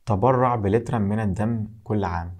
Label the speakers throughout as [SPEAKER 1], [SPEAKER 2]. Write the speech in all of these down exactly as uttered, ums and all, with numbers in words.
[SPEAKER 1] تبرع بلترا من الدم كل عام.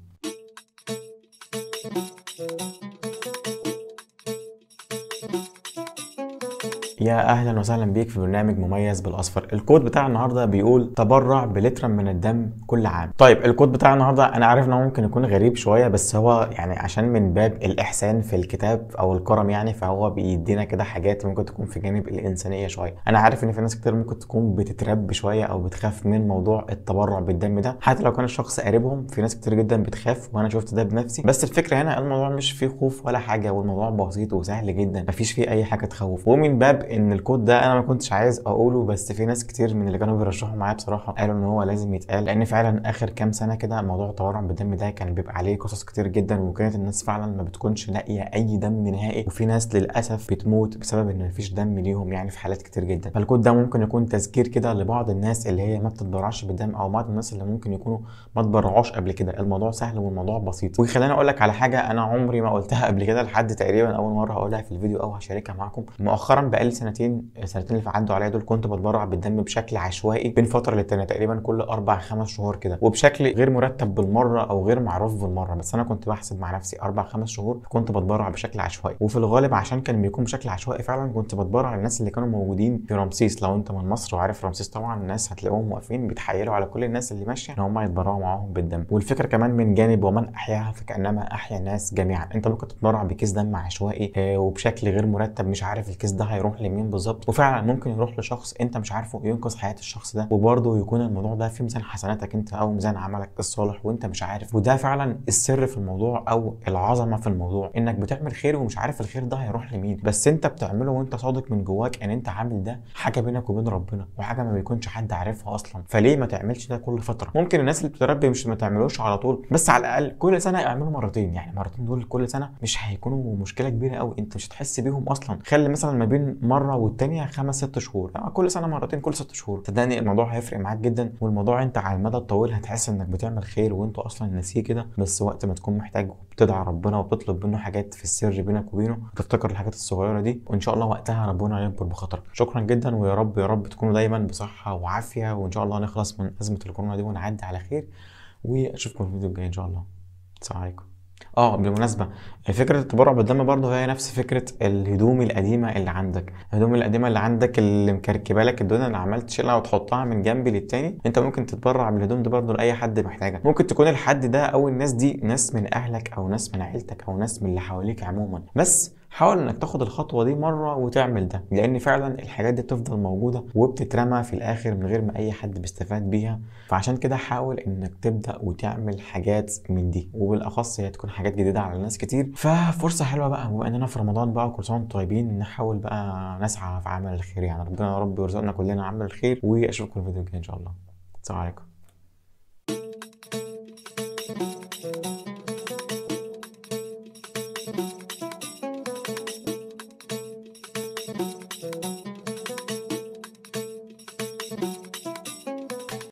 [SPEAKER 1] يا اهلا وسهلا بيك في برنامج مميز بالاصفر. الكود بتاع النهارده بيقول تبرع بلترا من الدم كل عام. طيب الكود بتاع النهارده انا عارف انه ممكن يكون غريب شويه، بس هو يعني عشان من باب الاحسان في الكتاب او الكرم، يعني فهو بيدينا كده حاجات ممكن تكون في جانب الانسانيه شويه. انا عارف ان في ناس كتير ممكن تكون بتترب شويه او بتخاف من موضوع التبرع بالدم ده، حتى لو كان الشخص قريبهم. في ناس كتير جدا بتخاف وانا شفت ده بنفسي، بس الفكره هنا الموضوع مش فيه خوف ولا حاجه، والموضوع بسيط وسهل جدا، مفيش فيه اي حاجه تخوف. ومن باب ان الكود ده انا ما كنتش عايز اقوله، بس في ناس كتير من اللي كانوا بيرشحوا معايا بصراحه قالوا ان هو لازم يتقال، لان فعلا اخر كام سنه كده موضوع التبرع بالدم ده كان بيبقى عليه قصص كتير جدا، وكانت الناس فعلا ما بتكونش لاقيه اي دم نهائي، وفي ناس للاسف بتموت بسبب ان مفيش دم ليهم يعني في حالات كتير جدا. فالكود ده ممكن يكون تذكير كده لبعض الناس اللي هي ما بتتبرعش بالدم، او بعض الناس اللي ممكن يكونوا ما تبرعوش قبل كده. الموضوع سهل والموضوع بسيط. وخليني اقول لك على حاجه انا عمري ما قلتها قبل كده لحد، تقريبا اول مره هقولها في الفيديو او هشاركها معاكم. مؤخرا بقالي سنتين سنتين اللي عدوا عليا دول كنت بتبرع بالدم بشكل عشوائي بين فتره للتانيه، تقريبا كل اربع خمس شهور كده، وبشكل غير مرتب بالمره او غير معروف بالمره. بس انا كنت بحسب مع نفسي اربع خمس شهور كنت بتبرع بشكل عشوائي، وفي الغالب عشان كان بيكون بشكل عشوائي فعلا كنت بتبرع للناس اللي كانوا موجودين في رمسيس. لو انت من مصر وعارف رمسيس طبعا، الناس هتلاقوهم واقفين بيتحايلوا على كل الناس اللي ماشيه ان هم يتبرعوا معاهم بالدم. والفكره كمان من جانب ومن احياها فكانما احيا الناس جميعا. انت ممكن تتبرع بكيس دم عشوائي آه وبشكل غير مرتب، مش عارف الكيس ده هيروح لمين بالظبط، وفعلا ممكن يروح لشخص انت مش عارفه ينقذ حياه الشخص ده، وبرضه يكون الموضوع ده في ميزان حسناتك انت او ميزان عملك الصالح وانت مش عارف. وده فعلا السر في الموضوع او العظمه في الموضوع، انك بتعمل خير ومش عارف الخير ده هيروح لمين، بس انت بتعمله وانت صادق من جواك ان انت عامل ده حاجه بينك وبين ربنا، وحاجه ما بيكونش حد عارفها اصلا. فليه ما تعملش ده كل فتره؟ ممكن الناس اللي بتتربي مش ما تعملوش على طول، بس على الاقل كل سنه اعملوا مرتين. يعني مرتين دول كل سنه مش هيكونوا مشكله كبيره قوي، انت مش هتحس بيهم اصلا. خلي مثلا ما بين مره والتانيه خمس ست شهور، يعني كل سنه مرتين كل ست شهور، صدقني الموضوع هيفرق معاك جدا. والموضوع انت على المدى الطويل هتحس انك بتعمل خير وانت اصلا ناسيه كده، بس وقت ما تكون محتاج وبتدعي ربنا وبتطلب منه حاجات في السر بينك وبينه وتفتكر الحاجات الصغيره دي، وان شاء الله وقتها ربنا يكبر بخاطرك. شكرا جدا، ويا رب يا رب تكونوا دايما بصحه وعافيه، وان شاء الله نخلص من ازمه الكورونا دي ونعدي على خير. واشوفكم في الفيديو الجاي ان شاء الله. السلام عليكم. اه بالمناسبة، فكرة التبرع بالدم برضه هي نفس فكرة الهدوم القديمة اللي عندك. الهدوم القديمة اللي عندك اللي مكركبة لك الدنيا، اللي عمال تشيلها وتحطها من جنب للتاني، انت ممكن تتبرع بالهدوم دي برضه لأي حد محتاجها. ممكن تكون الحد ده او الناس دي ناس من اهلك او ناس من عيلتك او ناس من اللي حواليك عموما، بس حاول انك تاخد الخطوه دي مره وتعمل ده، لان فعلا الحاجات دي بتفضل موجوده وبتترمى في الاخر من غير ما اي حد بيستفاد بيها. فعشان كده حاول انك تبدا وتعمل حاجات من دي، وبالاخص هي تكون حاجات جديده على ناس كتير. ففرصه حلوه بقى بما اننا في رمضان بقى وكل سنه وانتم طيبين، نحاول بقى نسعى في عمل الخير. يعني ربنا يا رب يرزقنا كلنا عمل الخير، واشوفكم في الفيديو الجاي ان شاء الله. السلام عليكم.